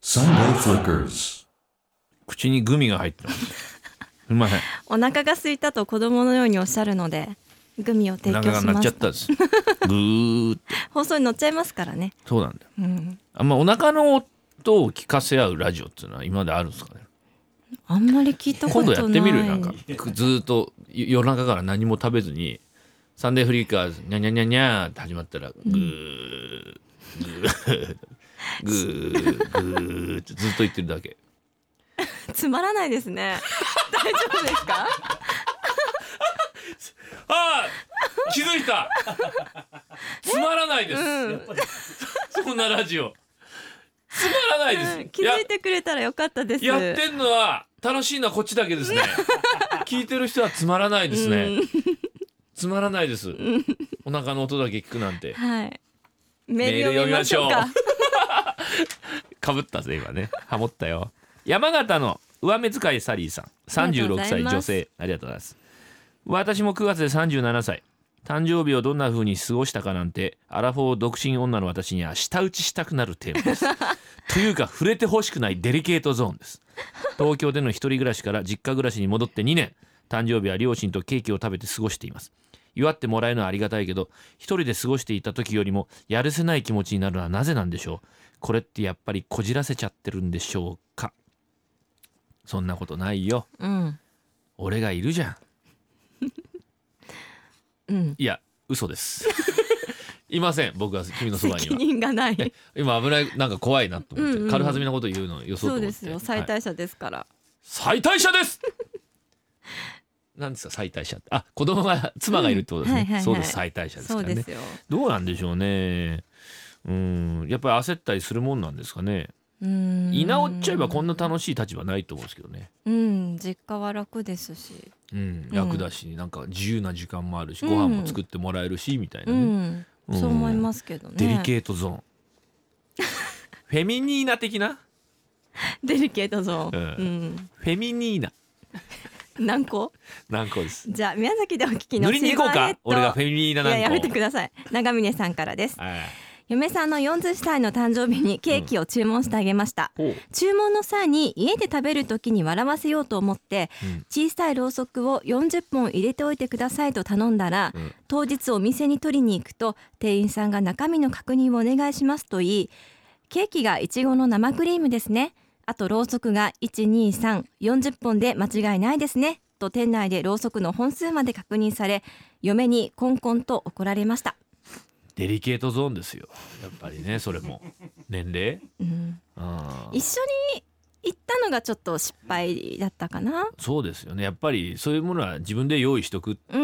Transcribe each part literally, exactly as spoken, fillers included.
Sunday Flickers。 口にグミが入ってますうまい。 お腹が空いたと子供のようにおっしゃるのでグミを提供しました。 お腹が鳴っちゃったんですぐーって放送に乗っちゃいますからね。 そうなんだよ、 うん、 あんまお腹の音を聞かせ合うラジオっていうのは今まであるんですかね。 あんまり聞いたことない。 今度やってみる。なんかずーっと夜中から何も食べずにサンデーフリーカーズニャニャニャニャーって始まったらグーグーグーグーってずっと言ってるだけ。 つまらないですね大丈夫ですかああ気づいたつまらないです、 うん、 そんなラジオつまらないです、 うん、気づいてくれたらよかったです。 やってんのは楽しいのはこっちだけですね聞いてる人はつまらないですね、うん、つまらないです、うん、お腹の音だけ聞くなんて。 はいメール読みましょうか。 かぶったぜ今ねハモったよ。山形の上目遣いサリーさんさんじゅうろくさい女性、ありがとうございます。私もくがつでさんじゅうななさい、誕生日をどんな風に過ごしたかなんてアラフォー独身女の私には舌打ちしたくなるテーマですというか触れてほしくないデリケートゾーンです。東京での一人暮らしから実家暮らしに戻ってにねん、誕生日は両親とケーキを食べて過ごしています。祝ってもらえるのはありがたいけど一人で過ごしていた時よりもやるせない気持ちになるのはなぜなんでしょう。これってやっぱりこじらせちゃってるんでしょうか。そんなことないよ、うん、俺がいるじゃん、うん、いや嘘ですいません僕は君のそばには。責任がない。今危ない、なんか怖いなと思って、うんうん、軽はずみなこと言うのよそうと思って。そうですよ、 最大者ですから、はい、 最大者ですなんですか最大者って。あ、子供が妻がいるってことですね、うんはいはいはい、そうです、最大者ですからね。そうですよ。どうなんでしょうね。うん、やっぱり焦ったりするもんなんですかね。うーん、居直っちゃえばこんな楽しい立場ないと思うんですけどね。 うん、実家は楽ですし、 うん、楽だし、うん、なんか自由な時間もあるし、ご飯も作ってもらえるしみたいなね、うんうん、そう思いますけどね。 デリケートゾーンフェミニーナ的なデリケートゾーン、うんうん、フェミニーナ何個何個です。 じゃあ宮崎でお聞きの塗りに行こうか。俺がフェミニーナ何個。いややめてください。長峰さんからです。嫁さんのよんじゅっさいの誕生日にケーキを注文してあげました、うん、注文の際に家で食べる時に笑わせようと思って、うん、小さいろうそくをよんじゅっぽん入れておいてくださいと頼んだら、うん、当日お店に取りに行くと店員さんが中身の確認をお願いしますと言い、ケーキがいちごの生クリームですね、あとろうそくがいちにさんよんじゅっぽんで間違いないですねと店内でろうそくの本数まで確認され、嫁にコンコンと怒られました。 デリケートゾーンですよやっぱりね。それも年齢、うん、 一緒に行ったのがちょっと失敗だったかな。 そうですよね。やっぱりそういうものは自分で用意しとく、うん、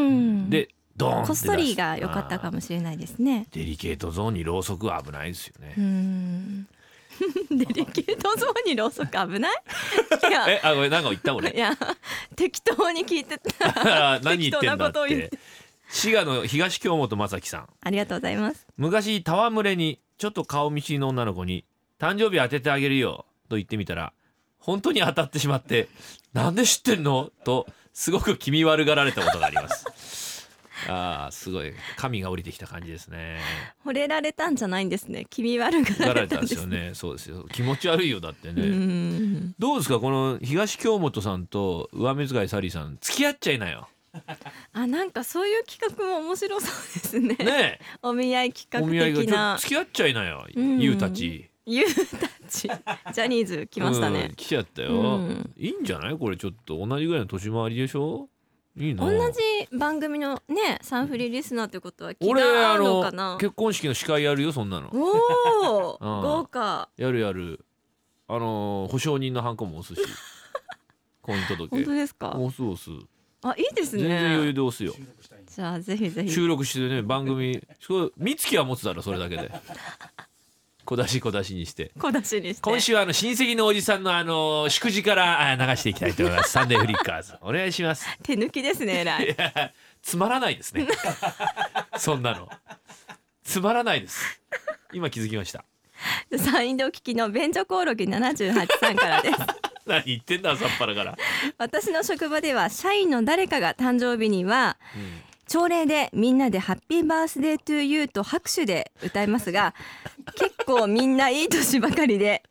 でドーンって出す。 こっそりが良かったかもしれないですね。 デリケートゾーンにろうそくは危ないですよね。 うーんデリケートゾーンにろうそく危ないいやえあこれ何か言った俺。 いや適当に聞いてた何言ってんだって。滋賀の東京本正樹さん、 ありがとうございます。 昔戯れにちょっと顔見知りの女の子に誕生日当ててあげるよと言ってみたら本当に当たってしまってなんで知ってんのとすごく気味悪がられたことがありますあーすごい神が降りてきた感じですね。 惚れられたんじゃないんですね。気味悪がられたんですね。 ですよね。そうですよ。気持ち悪いよだってね。うんどうですかこの東京本さんと上目遣いサリーさん付き合っちゃいなよ。 あ、なんかそういう企画も面白そうですね。 ねお見合い企画的な。 付き合っちゃいなよ、うん、ゆうたち。 ゆうたちジャニーズ来ましたね、 うん、来ちゃったよ、うん、いいんじゃないこれ。ちょっと同じぐらいの年回りでしょ。いいな。 同じ番組のねサンフリリスナーってことは気が合うのかな。 俺あの結婚式の司会やるよそんなの。 おー豪華。 やるやる。あの保証人のハンコも押すし婚姻届。 本当ですか。 押す押す。 あ、いいですね。 全然余裕で押すよ。 じゃあぜひぜひ収録してね番組美月は持つだろそれだけで小出し小出しにして小出しにして今週はあの親戚のおじさんのあの祝辞から流していきたいと思いますサンデーフリッカーズお願いします。 手抜きですね。えらい。 いやつまらないですねそんなのつまらないです。今気づきました。 山陰でお聞きの便所コオロギななじゅうはちさんからです何言ってんだ朝っぱらから。 私の職場では社員の誰かが誕生日には、うん、朝礼でみんなでハッピーバースデートゥーユーと拍手で歌いますが結構みんないい年ばかりで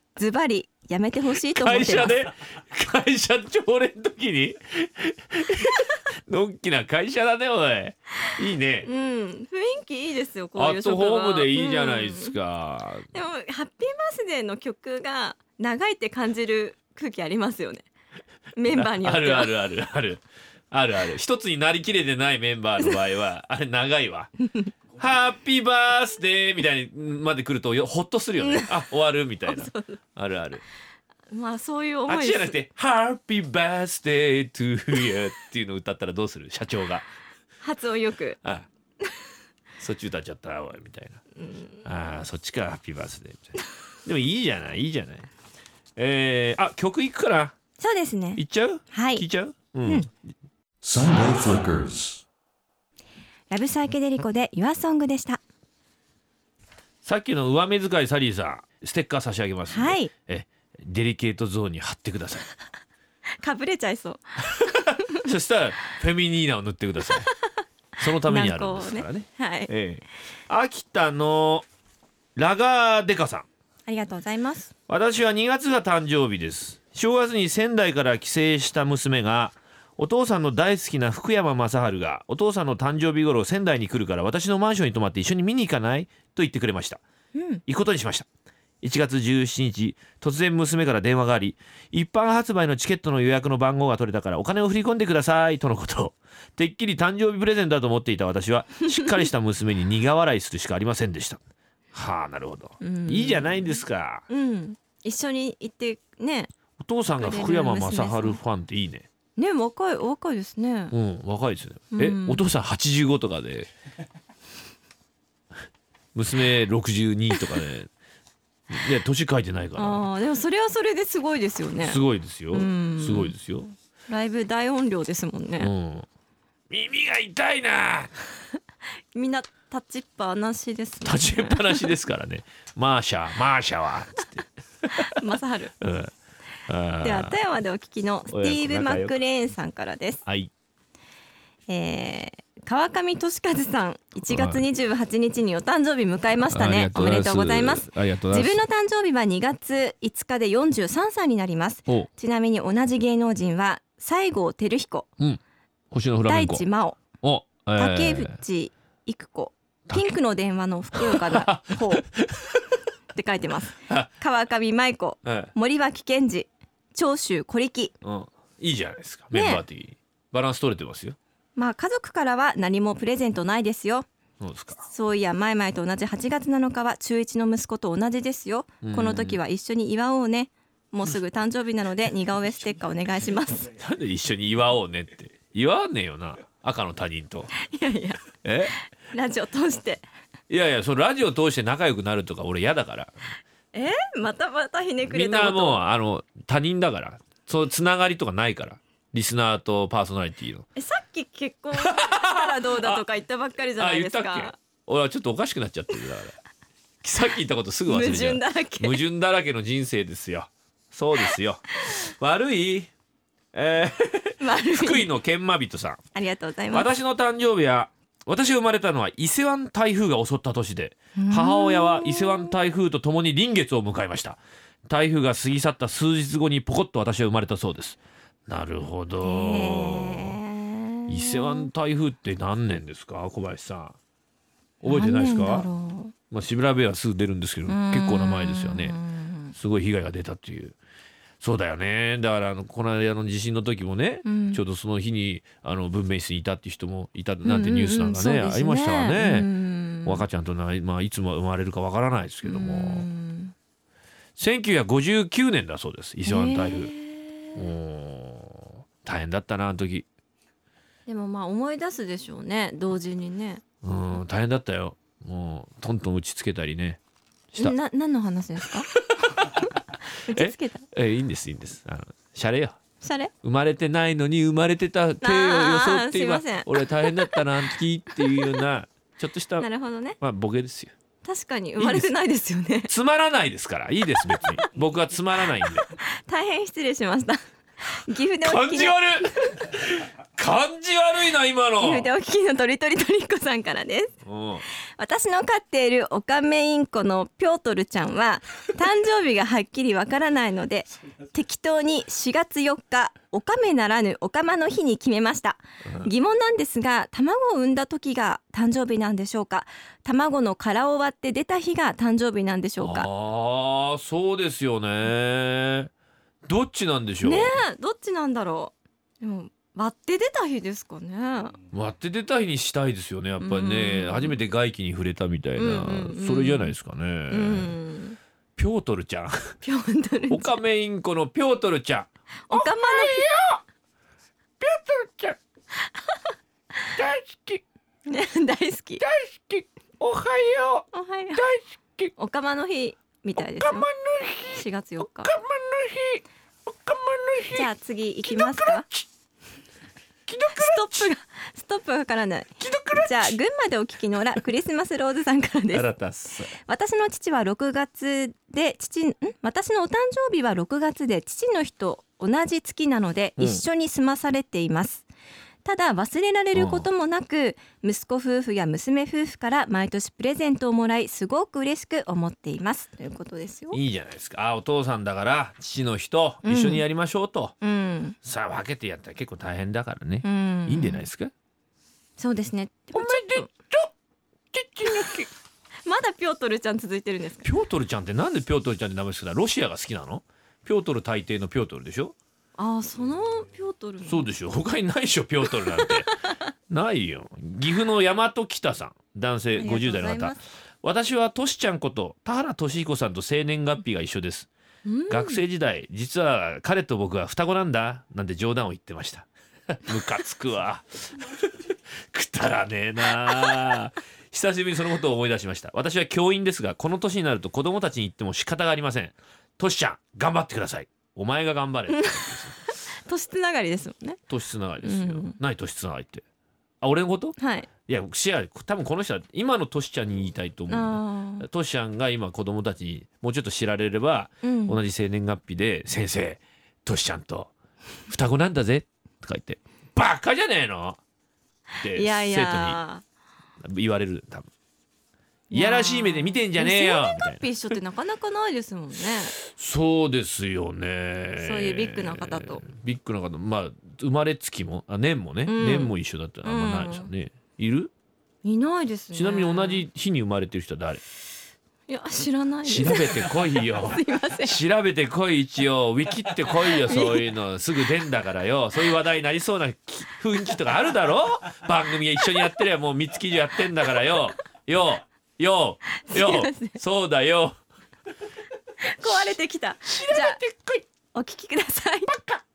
ズバリやめてほしいと思ってます。 会社で会社朝礼の時にのんきな会社だねおい。いいね、 うん、雰囲気いいですよこういうアッ職場。 トホームでいいじゃないですか、 うん、でもハッピーバースデーの曲が長いって感じる空気ありますよね、メンバーによっては。 あるあるあるあるあるある。一つになりきれてないメンバーの場合はあれ長いわハッピーバースデーみたいにまで来るとよほっとするよねあ終わるみたいなあるある。 まあそういう思いです。 あっちじゃなくてハッピーバースデートゥーユーっていうのを歌ったらどうする社長が。 発音よく。 ああそっち歌っちゃったおいみたいな。ああそっちかハッピーバースデーみたいな。でもいいじゃないいいじゃない。えー、あ曲いくから。 そうですね。 いっちゃう？ はい。 聞いちゃう？うん。うん、 Sunday Flickers。 ラブサイケデリコで Your Song でした。 さっきの上目遣いサリーさんステッカー差し上げますので、 はい、 えデリケートゾーンに貼ってくださいかぶれちゃいそうそしたらフェミニーナを塗ってくださいそのためにあるんですからね。 はい、 ええ、秋田のラガーデカさん、 ありがとうございます。 私はにがつが誕生日です。正月に仙台から帰省した娘がお父さんの大好きな福山雅治がお父さんの誕生日頃仙台に来るから私のマンションに泊まって一緒に見に行かないと言ってくれました、うん、行くことにしました。いちがつじゅうしちにち突然娘から電話があり、一般発売のチケットの予約の番号が取れたからお金を振り込んでくださいとのこと。てっきり誕生日プレゼントだと思っていた私はしっかりした娘に苦笑いするしかありませんでしたはあなるほど、うん、いいじゃないですか、 うん、一緒に行ってね。 お父さんが福山雅治ファンっていいね。 ね、若い若いですね。 うん、若いですね。え、うん、お父さんはちじゅうごとかで娘ろくじゅうにとかで、ね、年書いてないから。 あ、でもそれはそれですごいですよね。 すごいですよ、うん、すごいですよ。 ライブ大音量ですもんね、うん、 耳が痛いなみんな立ちっぱなしですね。 立ちっぱなしですからねマーシャマーシャはつって正治、うん、では富山でお聞きのスティーブ・マックレーンさんからです。はい、えー、川上俊和さんいちがつにじゅうはちにちにお誕生日迎えましたね。おめでとうございます。自分の誕生日はにがついつかでよんじゅうさんさいになります。ちなみに同じ芸能人は西郷輝彦、うん、星のフラメンコ、大地真央、えー、竹内育子、ピンクの電話の福岡の方って書いてます川上舞子、森脇健児、長州小力、うん、いいじゃないですか、メンバー的に、ね、バランス取れてますよ。 まあ家族からは何もプレゼントないですよ。 そうですか。 そういやマイマイと同じはちがつなのかは中いちの息子と同じですよ。この時は一緒に祝おうね。もうすぐ誕生日なので似顔絵ステッカーお願いしますなんで一緒に祝おうねって祝わねえよな、赤の他人と。 いやいや、えラジオ通して、 いやいや、そのラジオ通して仲良くなるとか俺嫌だから。 えまたまたひねくれたこと。みんなもうあの他人だから、そうつながりとかないから、リスナーとパーソナリティの。 えさっき結婚したらどうだとか言ったばっかりじゃないですか。 あ、言ったっけ。俺はちょっとおかしくなっちゃってるだからさっき言ったことすぐ忘れちゃう。 矛盾だらけ矛盾だらけの人生ですよ。そうですよ悪い、えー、悪い福井の研磨人さん、 ありがとうございます。 私の誕生日は、私が生まれたのは伊勢湾台風が襲った年で、母親は伊勢湾台風とともに臨月を迎えました。台風が過ぎ去った数日後にポコッと私は生まれたそうです。なるほど。伊勢湾台風って何年ですか、小林さん。覚えてないですか。まあ調べはすぐ出るんですけど、結構な前ですよね。すごい被害が出たっていう。そうだよね。だからあのこの間の地震の時もね、うん、ちょうどその日にあの分娩室にいたっていう人もいたなんてニュースなんかね、うんうんうん、ありましたわね、うん、赤ちゃんとな、まあ、いつも生まれるかわからないですけども、うん、せんきゅうひゃくごじゅうきゅうねんだそうです、伊勢湾台風。お大変だったなあの時。 でもまあ思い出すでしょうね、同時にね。 うん、大変だったよ。もうトントン打ちつけたりねした。 な何の話ですか打ちつけた。 ええいいんですいいんです。あのシャレよ。 シャレ。 生まれてないのに生まれてた手を装って今俺大変だったなっていうようなちょっとしたなるほどね、 まあボケですよ。 確かに生まれてないですよね。いいつまらないですからいいです別に僕はつまらないんで大変失礼しました。岐阜でお聞きの感じ悪い感じ悪いな今の。 岐阜でお聞きのとりとりとりっこさんからです。 私の飼っているオカメインコのピョートルちゃんは誕生日がはっきりわからないので適当にしがつよっかオカメならぬオカマの日に決めました。疑問なんですが、卵を産んだ時が誕生日なんでしょうか。卵の殻を割って出た日が誕生日なんでしょうか。 ああ、そうですよね。どっちなんでしょうねえ、どっちなんだろう。でも割って出た日ですかね。 割って出た日にしたいですよね、やっぱりね、 うん、 初めて外気に触れたみたいな、 うんうんうん、 それじゃないですかね、うん、ピョートルちゃんピョートルちゃん、 オカメインコのピョートルちゃん、 オカマのピョートルちゃん大好き、 ね、大好き大好き、おはよう、 おはよう、 大好き、 オカマの日みたいですよ。 オカマの日、 しがつよっか、 オカマの日、オカマの日。 じゃあ次行きますか。ストップがストップがかからない。じゃあ群馬でお聞きのらクリスマスローズさんからです。私の父はろくがつで父ん私のお誕生日はろくがつで父の日と同じ月なので、うん、一緒に済まされています。ただ忘れられることもなく、息子夫婦や娘夫婦から毎年プレゼントをもらい、すごく嬉しく思っていますということですよ。 いいじゃないですか。あ、お父さんだから父の日と一緒にやりましょうと、うん、さあ分けてやったら結構大変だからね、うん、いいんじゃないですか。 そうですね。 おめでとう父の日まだピョートルちゃん続いてるんですか。 ピョートルちゃんってなんでピョートルちゃんって名前ですか。ロシアが好きなの。ピョートル大帝のピョートルでしょ。 ああ、そのピョートル。 そうでしょ。他にないでしょ、ピョートルなんてないよ。岐阜の大和北さん、男性ごじゅう代の方。私はトシちゃんこと田原俊彦さんと生年月日が一緒です、うん、学生時代実は彼と僕は双子なんだなんて冗談を言ってましたムカつくわくだらねえな久しぶりにそのことを思い出しました。私は教員ですが、この年になると子供たちに言っても仕方がありません。トシちゃん頑張ってください、お前が頑張れ年つながりですもんね。 年つながりですよ、うん、何年つながりって。あ、俺のこと。 はい。 いや、シェア多分この人は今のトシちゃんに言いたいと思う。トシちゃんが今子供たちにもうちょっと知られれば、うん、同じ生年月日で先生トシちゃんと双子なんだぜとか言ってバカじゃねえのっていやいや生徒に言われる。多分いやらしい目で見てんじゃねえよみたいな。 生年月日一緒ってなかなかないですもんねそうですよね。 そういうビッグな方とビッグな方、まあ生まれつきもあ年もね、うん、年も一緒だったらあんまないでしょうね、うん、いる？ いないですね。 ちなみに同じ日に生まれてる人は誰？ いや知らないです。 調べてこいよすいません。 調べてこい、一応ウィキってこいよ。そういうのすぐ出んだからよ。そういう話題になりそうな雰囲気とかあるだろ。番組が一緒にやってりゃもう三月以上やってんだからよよよよそうだよ壊れてきた。 調べてこい。 お聞きください。 バカ